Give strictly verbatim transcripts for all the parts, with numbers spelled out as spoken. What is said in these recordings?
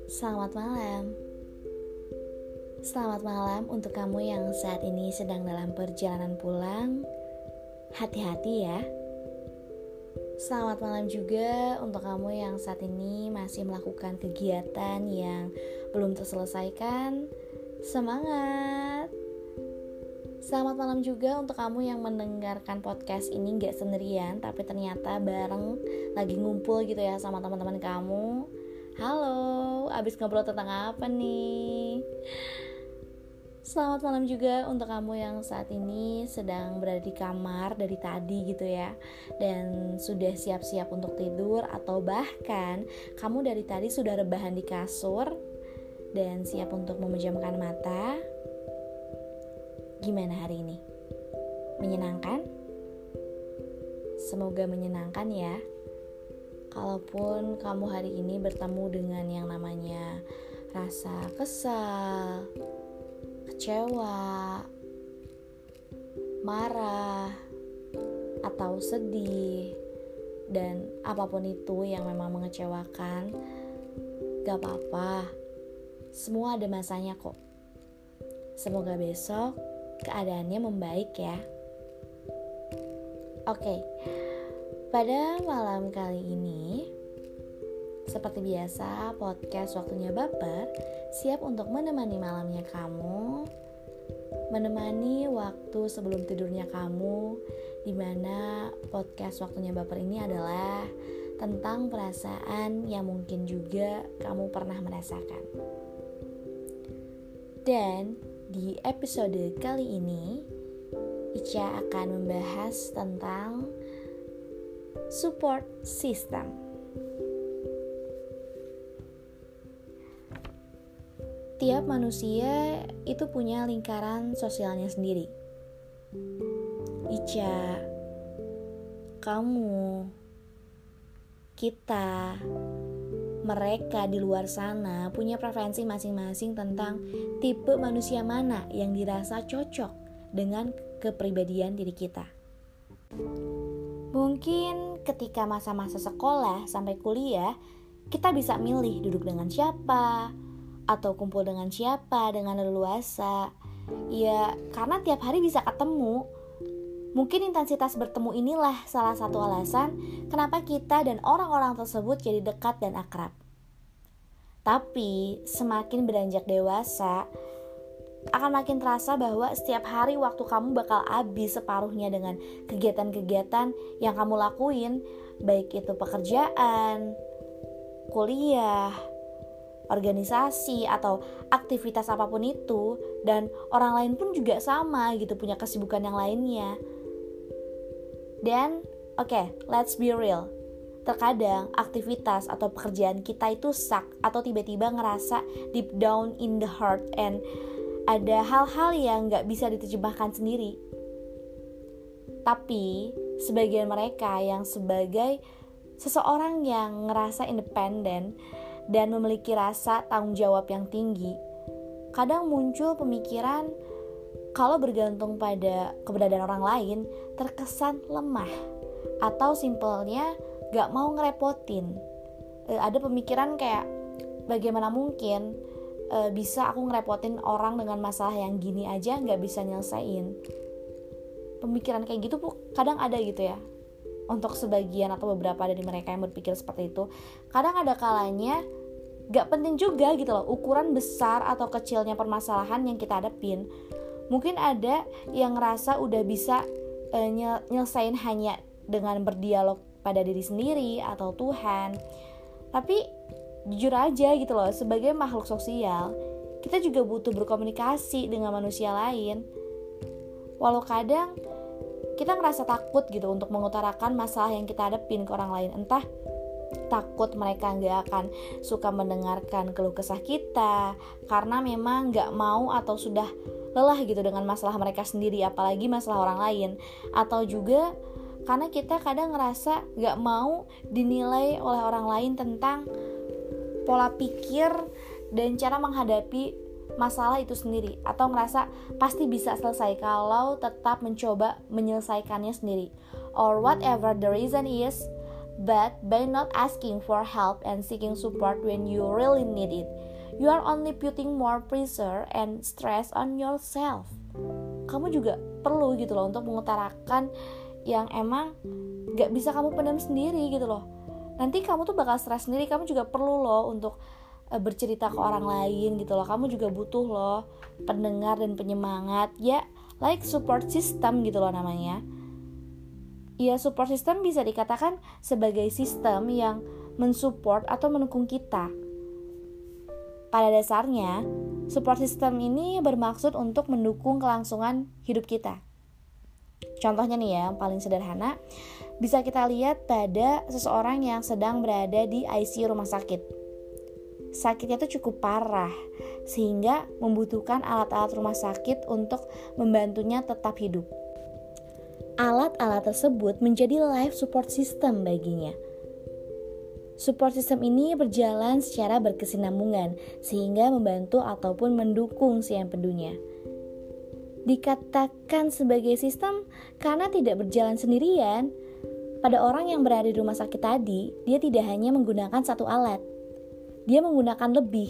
Selamat malam. Selamat malam untuk kamu yang saat ini sedang dalam perjalanan pulang. Hati-hati ya. Selamat malam juga untuk kamu yang saat ini masih melakukan kegiatan yang belum terselesaikan. Semangat. Selamat malam juga untuk kamu yang mendengarkan podcast ini gak sendirian, tapi ternyata bareng lagi ngumpul gitu ya sama teman-teman kamu. Halo, abis ngobrol tentang apa nih? Selamat malam juga untuk kamu yang saat ini sedang berada di kamar dari tadi gitu ya, dan sudah siap-siap untuk tidur, atau bahkan kamu dari tadi sudah rebahan di kasur dan siap untuk memejamkan mata. Gimana hari ini? Menyenangkan? Semoga menyenangkan ya. Kalaupun kamu hari ini bertemu dengan yang namanya rasa kesal, kecewa, marah, atau sedih, dan apapun itu yang memang mengecewakan, gak apa-apa. Semua ada masanya kok. Semoga besok keadaannya membaik ya. Oke, pada malam kali ini, seperti biasa, podcast Waktunya Baper siap untuk menemani malamnya kamu, menemani waktu sebelum tidurnya kamu, dimana podcast Waktunya Baper ini adalah tentang perasaan yang mungkin juga kamu pernah merasakan. Dan di episode kali ini, Ica akan membahas tentang support system. Tiap manusia itu punya lingkaran sosialnya sendiri. Ica, kamu, kita, mereka di luar sana punya preferensi masing-masing tentang tipe manusia mana yang dirasa cocok dengan kepribadian diri kita. Mungkin ketika masa-masa sekolah sampai kuliah, kita bisa milih duduk dengan siapa, atau kumpul dengan siapa dengan leluasa. Ya, karena tiap hari bisa ketemu. Mungkin intensitas bertemu inilah salah satu alasan kenapa kita dan orang-orang tersebut jadi dekat dan akrab. Tapi semakin beranjak dewasa, akan makin terasa bahwa setiap hari waktu kamu bakal habis separuhnya dengan kegiatan-kegiatan yang kamu lakuin, baik itu pekerjaan, kuliah, organisasi, atau aktivitas apapun itu. Dan orang lain pun juga sama gitu, punya kesibukan yang lainnya. Dan oke, okay, let's be real, terkadang aktivitas atau pekerjaan kita itu suck, atau tiba-tiba ngerasa deep down in the heart and ada hal-hal yang gak bisa diterjemahkan sendiri. Tapi sebagian mereka yang sebagai seseorang yang ngerasa independen dan memiliki rasa tanggung jawab yang tinggi, kadang muncul pemikiran kalau bergantung pada keberadaan orang lain terkesan lemah, atau simpelnya gak mau ngerepotin. e, Ada pemikiran kayak, bagaimana mungkin e, bisa aku ngerepotin orang dengan masalah yang gini aja gak bisa nyelesain. Pemikiran kayak gitu kadang ada gitu ya, untuk sebagian atau beberapa dari mereka yang berpikir seperti itu. Kadang ada kalanya gak penting juga gitu loh ukuran besar atau kecilnya permasalahan yang kita hadapin. Mungkin ada yang ngerasa udah bisa e, nyelesain hanya dengan berdialog pada diri sendiri atau Tuhan. Tapi jujur aja gitu loh, sebagai makhluk sosial, kita juga butuh berkomunikasi dengan manusia lain. Walau kadang kita ngerasa takut gitu untuk mengutarakan masalah yang kita hadapin ke orang lain. Entah takut mereka gak akan suka mendengarkan keluh kesah kita, karena memang gak mau atau sudah lelah gitu dengan masalah mereka sendiri, apalagi masalah orang lain. Atau juga karena kita kadang ngerasa gak mau dinilai oleh orang lain tentang pola pikir dan cara menghadapi masalah itu sendiri, atau ngerasa pasti bisa selesai kalau tetap mencoba menyelesaikannya sendiri, or whatever the reason is. But by not asking for help and seeking support when you really need it, you are only putting more pressure and stress on yourself. Kamu juga perlu gitu loh untuk mengutarakan yang emang gak bisa kamu pendam sendiri gitu loh. Nanti kamu tuh bakal stres sendiri. Kamu juga perlu loh untuk uh, bercerita ke orang lain gitu loh. Kamu juga butuh loh pendengar dan penyemangat. Ya like support system gitu loh namanya. Ya support system bisa dikatakan sebagai sistem yang mensupport atau mendukung kita. Pada dasarnya, support system ini bermaksud untuk mendukung kelangsungan hidup kita. Contohnya nih ya, yang paling sederhana, bisa kita lihat pada seseorang yang sedang berada di I C U rumah sakit. Sakitnya tuh cukup parah, sehingga membutuhkan alat-alat rumah sakit untuk membantunya tetap hidup. Alat-alat tersebut menjadi life support system baginya. Support system ini berjalan secara berkesinambungan sehingga membantu ataupun mendukung si empedunya. Dikatakan sebagai sistem karena tidak berjalan sendirian. Pada orang yang berada di rumah sakit tadi, dia tidak hanya menggunakan satu alat. Dia menggunakan lebih.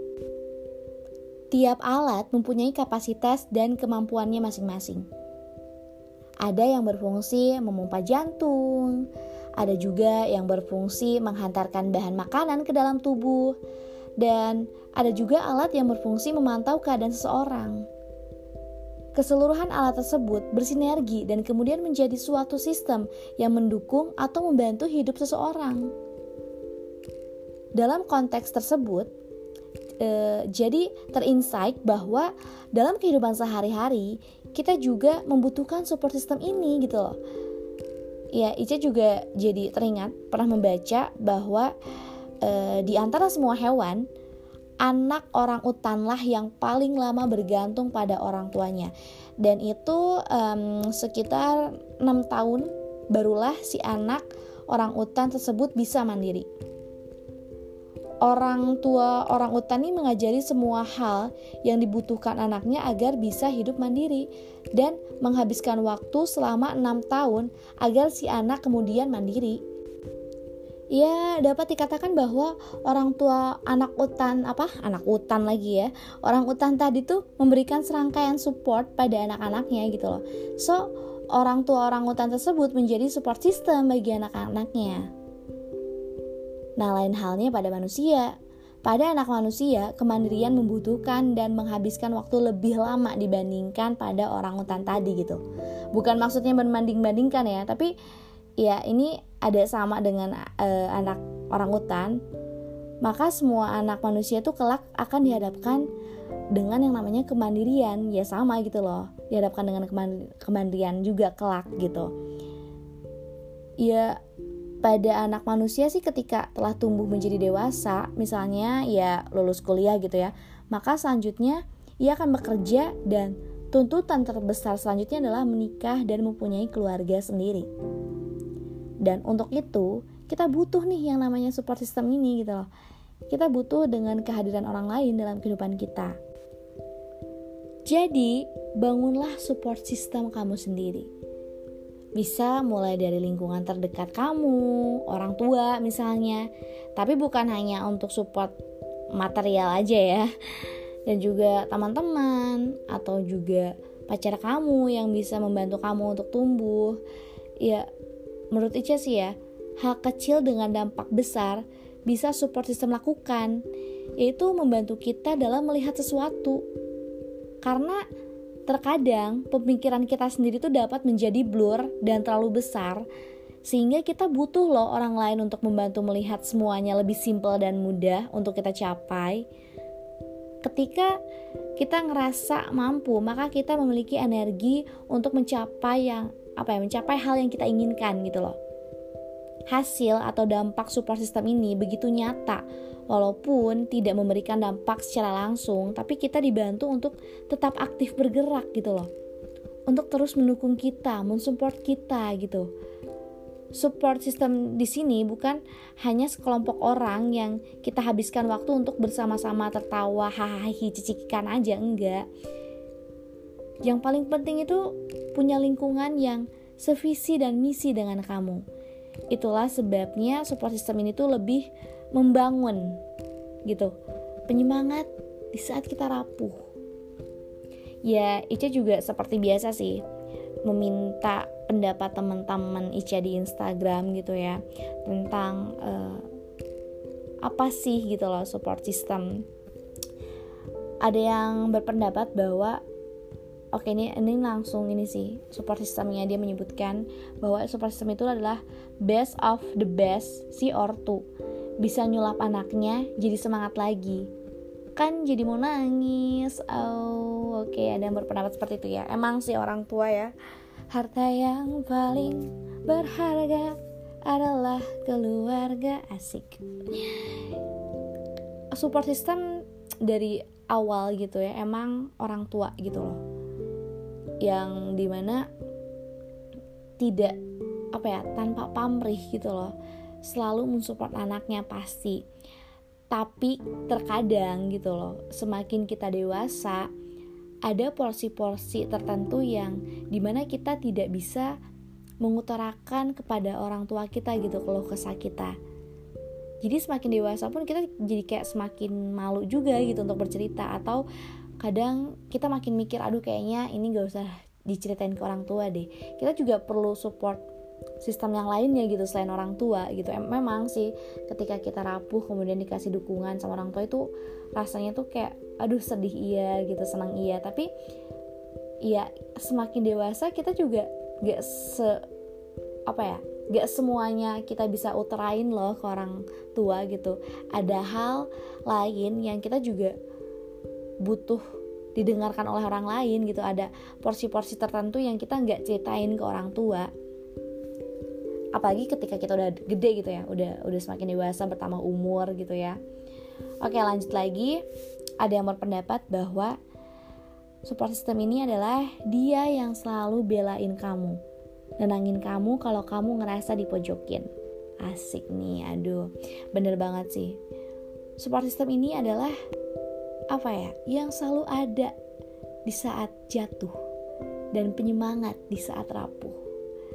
Tiap alat mempunyai kapasitas dan kemampuannya masing-masing. Ada yang berfungsi memompa jantung, ada juga yang berfungsi menghantarkan bahan makanan ke dalam tubuh, dan ada juga alat yang berfungsi memantau keadaan seseorang. Keseluruhan alat tersebut bersinergi dan kemudian menjadi suatu sistem yang mendukung atau membantu hidup seseorang. Dalam konteks tersebut, eh, jadi terinsight bahwa dalam kehidupan sehari-hari kita juga membutuhkan support system ini gitu loh. Ya, Ica juga jadi teringat pernah membaca bahwa e, di antara semua hewan, anak orang utanlah yang paling lama bergantung pada orang tuanya. Dan itu um, sekitar enam tahun barulah si anak orang utan tersebut bisa mandiri. Orang tua orang utan ini mengajari semua hal yang dibutuhkan anaknya agar bisa hidup mandiri dan menghabiskan waktu selama enam tahun agar si anak kemudian mandiri. Ya, dapat dikatakan bahwa orang tua anak utan apa? Anak utan lagi ya. Orang utan tadi tuh memberikan serangkaian support pada anak-anaknya gitu loh. So, orang tua orang utan tersebut menjadi support system bagi anak-anaknya. Nah, lain halnya pada manusia. Pada anak manusia, kemandirian membutuhkan dan menghabiskan waktu lebih lama dibandingkan pada orang utan tadi gitu. Bukan maksudnya berbanding-bandingkan ya, tapi ya ini ada sama dengan uh, anak orang utan. Maka semua anak manusia itu kelak akan dihadapkan dengan yang namanya kemandirian. Ya sama gitu loh, dihadapkan dengan kemandirian juga kelak gitu. Ya pada anak manusia sih ketika telah tumbuh menjadi dewasa, misalnya ya lulus kuliah gitu ya, maka selanjutnya ia akan bekerja dan tuntutan terbesar selanjutnya adalah menikah dan mempunyai keluarga sendiri. Dan untuk itu kita butuh nih yang namanya support system ini gitu loh. Kita butuh dengan kehadiran orang lain dalam kehidupan kita. Jadi bangunlah support system kamu sendiri. Bisa mulai dari lingkungan terdekat kamu, orang tua misalnya. Tapi bukan hanya untuk support material aja ya. Dan juga teman-teman atau juga pacar kamu yang bisa membantu kamu untuk tumbuh. Ya, menurut Ica sih ya, hal kecil dengan dampak besar bisa support system lakukan, yaitu membantu kita dalam melihat sesuatu. Karena terkadang pemikiran kita sendiri tuh dapat menjadi blur dan terlalu besar, sehingga kita butuh loh orang lain untuk membantu melihat semuanya lebih simpel dan mudah untuk kita capai. Ketika kita ngerasa mampu, maka kita memiliki energi untuk mencapai yang apa ya, mencapai hal yang kita inginkan gitu loh. Hasil atau dampak support system ini begitu nyata, walaupun tidak memberikan dampak secara langsung, tapi kita dibantu untuk tetap aktif bergerak gitu loh, untuk terus mendukung kita, mensupport kita gitu. Support system di sini bukan hanya sekelompok orang yang kita habiskan waktu untuk bersama-sama tertawa, hahaha, cicikikan aja, enggak. Yang paling penting itu punya lingkungan yang sevisi dan misi dengan kamu, Itulah sebabnya support system ini tuh lebih membangun gitu, penyemangat di saat kita rapuh. Ya, Ica juga seperti biasa sih meminta pendapat teman-teman Ica di Instagram gitu ya, tentang uh, apa sih gitu loh support system. Ada yang berpendapat bahwa oke ini ini langsung ini sih support systemnya, dia menyebutkan bahwa support system itu adalah best of the best si ortu, bisa nyulap anaknya jadi semangat lagi, kan jadi mau nangis. Oh oke, ada yang berpendapat seperti itu ya. Emang sih orang tua ya, harta yang paling berharga adalah keluarga. Asik. Support system dari awal gitu ya, emang orang tua gitu loh, yang dimana tidak apa ya, tanpa pamrih gitu loh, selalu mensupport anaknya pasti. Tapi terkadang gitu loh, semakin kita dewasa, ada porsi-porsi tertentu yang dimana kita tidak bisa mengutarakan kepada orang tua kita gitu keluh kesah kita. Jadi semakin dewasa pun kita jadi kayak semakin malu juga gitu untuk bercerita, atau kadang kita makin mikir, aduh kayaknya ini gak usah diceritain ke orang tua deh. Kita juga perlu support sistem yang lainnya gitu selain orang tua gitu. Memang sih ketika kita rapuh kemudian dikasih dukungan sama orang tua itu rasanya tuh kayak aduh sedih iya gitu, senang iya. Tapi ya semakin dewasa kita juga gak se apa ya gak semuanya kita bisa utarain loh ke orang tua gitu. Ada hal lain yang kita juga butuh didengarkan oleh orang lain gitu. Ada porsi-porsi tertentu yang kita gak ceritain ke orang tua, apalagi ketika kita udah gede gitu ya, udah udah semakin dewasa, bertambah umur gitu ya. Oke, lanjut lagi. Ada yang berpendapat bahwa support system ini adalah dia yang selalu belain kamu, nenangin kamu kalau kamu ngerasa dipojokin. Asik nih, aduh, bener banget sih. Support system ini adalah apa ya, yang selalu ada di saat jatuh dan penyemangat di saat rapuh.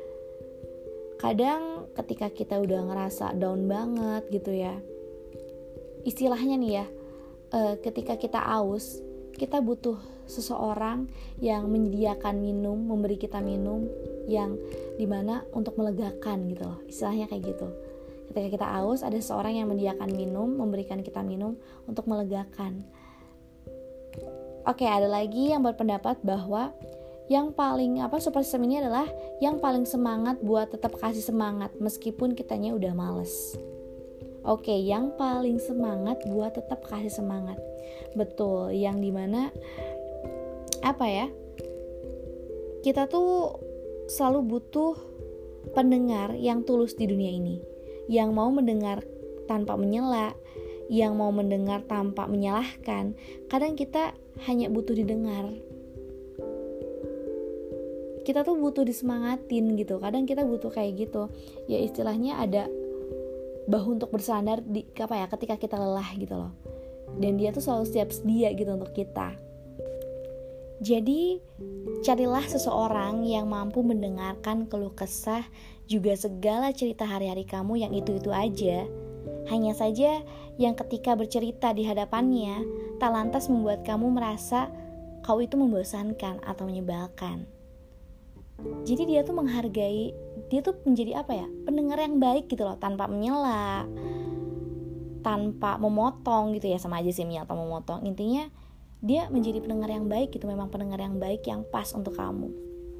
Kadang ketika kita udah ngerasa down banget gitu ya, istilahnya nih ya, uh, ketika kita aus, kita butuh seseorang yang menyediakan minum, memberi kita minum yang dimana untuk melegakan gitu loh, istilahnya kayak gitu. Ketika kita aus, ada seseorang yang menyediakan minum, memberikan kita minum untuk melegakan. Oke, ada lagi yang berpendapat bahwa yang paling apa support system ini adalah yang paling semangat buat tetap kasih semangat meskipun kitanya udah males. Oke, yang paling semangat buat tetap kasih semangat. Betul, yang dimana apa ya, kita tuh selalu butuh pendengar yang tulus di dunia ini, yang mau mendengar tanpa menyela, yang mau mendengar tanpa menyalahkan. Kadang kita hanya butuh didengar. Kita tuh butuh disemangatin gitu. Kadang kita butuh kayak gitu. Ya istilahnya ada bahu untuk bersandar di apa ya, ketika kita lelah gitu loh. Dan dia tuh selalu siap sedia gitu untuk kita. Jadi carilah seseorang yang mampu mendengarkan keluh kesah juga segala cerita hari-hari kamu yang itu-itu aja. Hanya saja yang ketika bercerita di hadapannya tak lantas membuat kamu merasa kau itu membosankan atau menyebalkan. Jadi dia tuh menghargai, dia tuh menjadi apa ya, pendengar yang baik gitu loh, tanpa menyela, tanpa memotong gitu ya, sama aja sih menyela atau memotong. Intinya dia menjadi pendengar yang baik gitu, memang pendengar yang baik yang pas untuk kamu.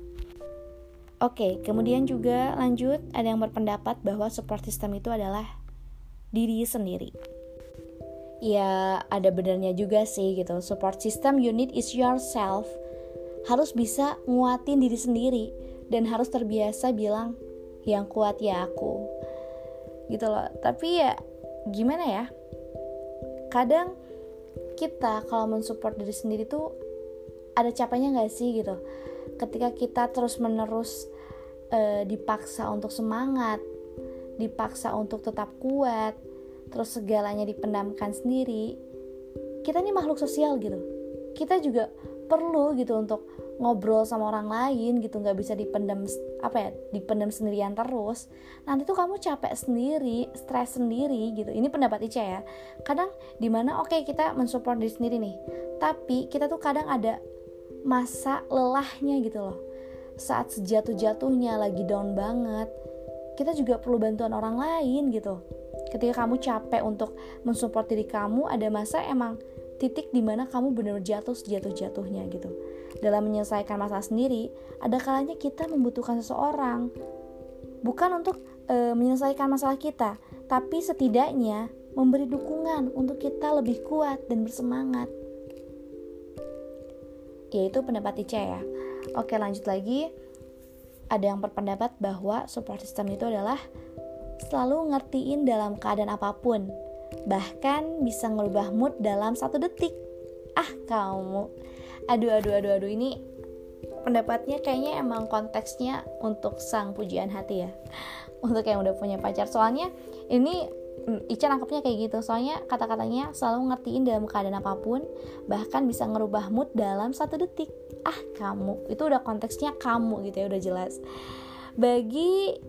Oke, kemudian juga lanjut, ada yang berpendapat bahwa support system itu adalah diri sendiri. Ya ada benarnya juga sih gitu. Support system you need is yourself. Harus bisa nguatin diri sendiri dan harus terbiasa bilang yang kuat ya aku gitu loh. Tapi ya gimana ya, kadang kita kalau mensupport diri sendiri tuh ada capeknya gak sih gitu, ketika kita terus menerus e, dipaksa untuk semangat, dipaksa untuk tetap kuat, terus segalanya dipendamkan sendiri. Kita ini makhluk sosial gitu, kita juga perlu gitu untuk ngobrol sama orang lain gitu, nggak bisa dipendam apa ya dipendam sendirian terus, nanti tuh kamu capek sendiri, stres sendiri gitu. Ini pendapat Ica ya. Kadang dimana oke okay, kita mensupport diri sendiri nih, tapi kita tuh kadang ada masa lelahnya gitu loh. Saat sejatuh-jatuhnya lagi down banget, kita juga perlu bantuan orang lain gitu. Ketika kamu capek untuk mensupport diri kamu, ada masa emang titik dimana kamu benar-benar jatuh sejatuh-jatuhnya gitu. Dalam menyelesaikan masalah sendiri, ada kalanya kita membutuhkan seseorang, bukan untuk e, menyelesaikan masalah kita, tapi setidaknya memberi dukungan untuk kita lebih kuat dan bersemangat. Yaitu pendapat Ica ya. Oke, lanjut lagi. Ada yang berpendapat bahwa support system itu adalah selalu ngertiin dalam keadaan apapun, bahkan bisa ngerubah mood dalam satu detik. Ah kamu, aduh aduh aduh aduh ini pendapatnya kayaknya emang konteksnya untuk sang pujian hati ya, untuk yang udah punya pacar. Soalnya ini Ica nangkepnya kayak gitu. Soalnya kata-katanya selalu ngertiin dalam keadaan apapun, bahkan bisa ngerubah mood dalam satu detik. Ah kamu, itu udah konteksnya kamu gitu ya, udah jelas. Bagi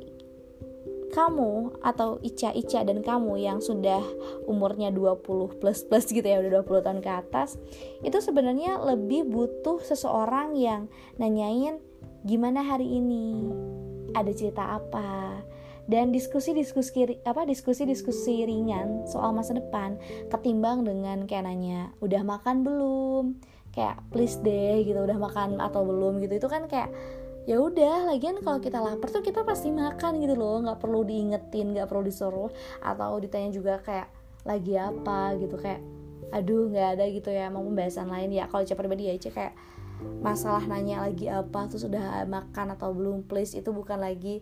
kamu atau Ica-Ica dan kamu yang sudah umurnya dua puluh plus plus gitu ya, udah dua puluh tahun ke atas, itu sebenarnya lebih butuh seseorang yang nanyain gimana hari ini, ada cerita apa, dan diskusi-diskusi apa diskusi-diskusi ringan soal masa depan, ketimbang dengan kayak nanya udah makan belum, kayak please deh gitu, udah makan atau belum gitu. Itu kan kayak ya udah, lagian kalau kita lapar tuh kita pasti makan gitu loh, nggak perlu diingetin, nggak perlu disuruh atau ditanya juga kayak lagi apa gitu. Kayak aduh nggak ada gitu ya, mau pembahasan lain ya. Kalau Ica pribadi ya Ica kayak masalah nanya lagi apa terus udah makan atau belum please, itu bukan lagi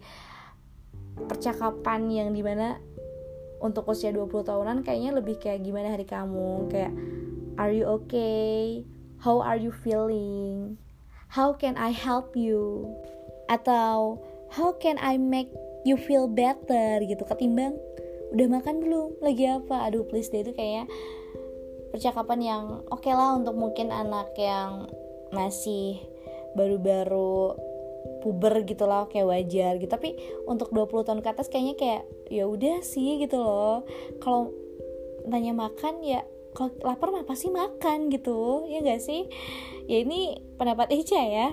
percakapan yang dimana untuk usia dua puluh tahunan. Kayaknya lebih kayak gimana hari kamu, kayak are you okay, how are you feeling, how can I help you, atau how can I make you feel better gitu, ketimbang udah makan belum, lagi apa. Aduh please deh, itu kayaknya percakapan yang oke okay lah untuk mungkin anak yang masih baru-baru puber gitu lah, kayak wajar gitu. Tapi untuk dua puluh tahun ke atas kayaknya kayak ya udah sih gitu loh. Kalau tanya makan ya, kalau lapar mah pasti makan gitu, ya gak sih? Ya ini pendapat Ica ya.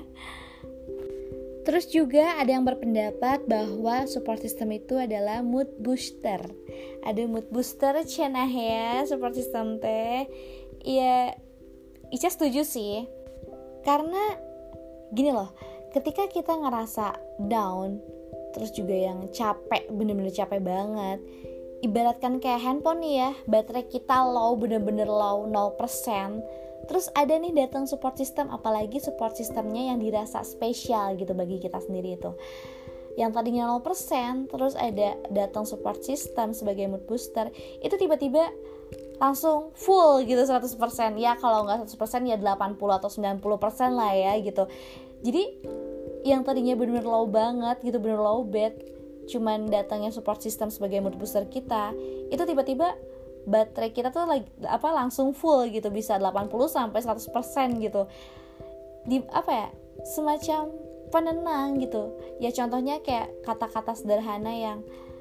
Terus juga ada yang berpendapat bahwa support system itu adalah mood booster. Ada mood booster cenah ya support system teh. Ya Ica setuju sih. Karena gini loh, ketika kita ngerasa down, terus juga yang capek, bener-bener capek banget, ibaratkan kayak handphone nih ya, baterai kita low, bener-bener low, nol persen. Terus ada nih datang support system, apalagi support systemnya yang dirasa spesial gitu bagi kita sendiri itu. Yang tadinya nol persen, terus ada datang support system sebagai mood booster, itu tiba-tiba langsung full gitu seratus persen. Ya kalau nggak seratus persen ya delapan puluh atau sembilan puluh persen lah ya gitu. Jadi yang tadinya bener-bener low banget gitu, bener low bed, cuman datangnya support system sebagai mood booster kita, itu tiba-tiba baterai kita tuh lagi apa langsung full gitu, bisa delapan puluh sampai seratus persen gitu. Di apa ya? Semacam penenang gitu. Ya contohnya kayak kata-kata sederhana yang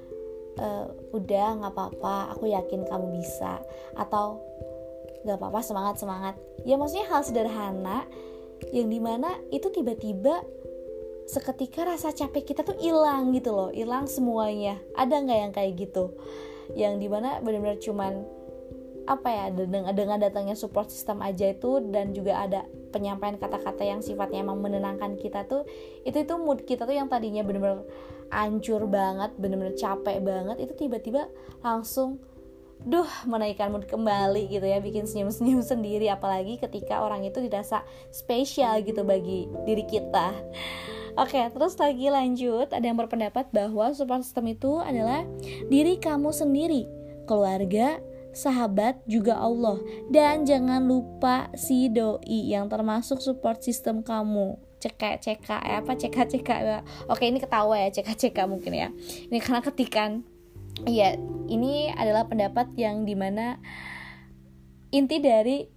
e, udah enggak apa-apa, aku yakin kamu bisa, atau enggak apa-apa, semangat-semangat. Ya maksudnya hal sederhana yang dimana itu tiba-tiba seketika rasa capek kita tuh hilang gitu loh, hilang semuanya. Ada nggak yang kayak gitu? Yang dimana benar-benar cuman apa ya, dengan, dengan datangnya support system aja itu, dan juga ada penyampaian kata-kata yang sifatnya emang menenangkan kita tuh, itu itu mood kita tuh yang tadinya benar-benar hancur banget, benar-benar capek banget, itu tiba-tiba langsung duh menaikkan mood kembali gitu ya, bikin senyum-senyum sendiri. Apalagi ketika orang itu dirasa spesial gitu bagi diri kita. Oke, terus lagi lanjut, ada yang berpendapat bahwa support system itu adalah diri kamu sendiri, keluarga, sahabat, juga Allah. Dan jangan lupa si doi yang termasuk support system kamu. Cek cek ya apa cek cek ya. Oke, ini ketawa ya, cek cek mungkin ya. Ini karena ketikan. Iya, ini adalah pendapat yang dimana inti dari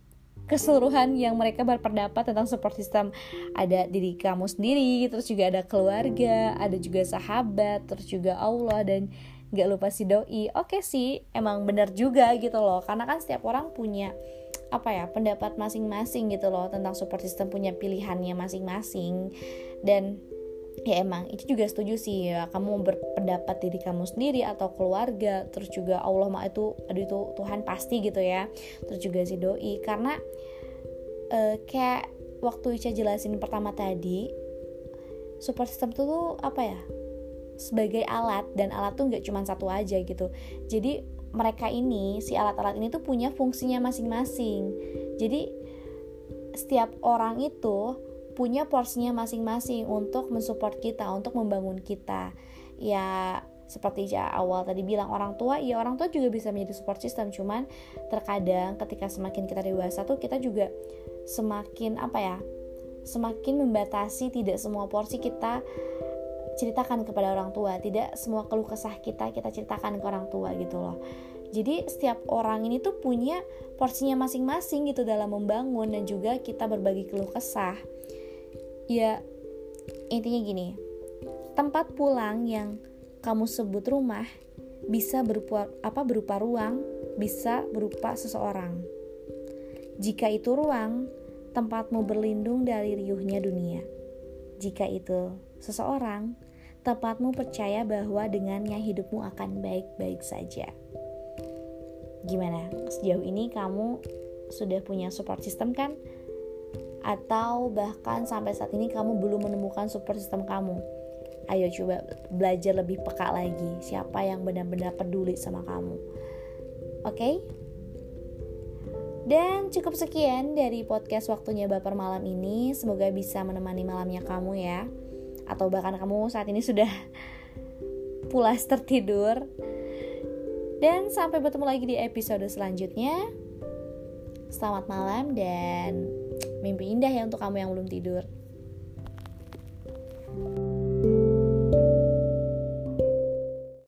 keseluruhan yang mereka berpendapat tentang support system. Ada diri kamu sendiri, terus juga ada keluarga, ada juga sahabat, terus juga Allah, dan gak lupa si doi. Oke sih, emang benar juga gitu loh, karena kan setiap orang punya apa ya, pendapat masing-masing gitu loh tentang support system, punya pilihannya masing-masing. Dan ya emang itu juga setuju sih ya, kamu berpendapat diri kamu sendiri atau keluarga, terus juga Allah mah itu aduh itu Tuhan pasti gitu ya, terus juga si doi. Karena uh, kayak waktu Ica jelasin pertama tadi, support system itu tuh apa ya, sebagai alat, dan alat tuh gak cuma satu aja gitu. Jadi mereka ini, si alat-alat ini tuh punya fungsinya masing-masing. Jadi setiap orang itu punya porsinya masing-masing untuk mensupport kita, untuk membangun kita. Ya seperti Ica awal tadi bilang, orang tua, ya orang tua juga bisa menjadi support system. Cuman terkadang ketika semakin kita dewasa tuh kita juga semakin apa ya, semakin membatasi, tidak semua porsi kita ceritakan kepada orang tua, tidak semua keluh kesah kita kita ceritakan ke orang tua gitu loh. Jadi setiap orang ini tuh punya porsinya masing-masing gitu dalam membangun, dan juga kita berbagi keluh kesah. Ya intinya gini, tempat pulang yang kamu sebut rumah bisa berupa apa berupa ruang, bisa berupa seseorang. Jika itu ruang, tempatmu berlindung dari riuhnya dunia. Jika itu seseorang, tempatmu percaya bahwa dengannya hidupmu akan baik-baik saja. Gimana? Sejauh ini kamu sudah punya support system kan? Atau bahkan sampai saat ini kamu belum menemukan support system kamu? Ayo coba belajar lebih peka lagi, siapa yang benar-benar peduli sama kamu. Oke? Okay? Dan cukup sekian dari podcast Waktunya Baper malam ini. Semoga bisa menemani malamnya kamu ya. Atau bahkan kamu saat ini sudah pulas tertidur. Dan sampai bertemu lagi di episode selanjutnya. Selamat malam dan mimpi indah ya untuk kamu yang belum tidur.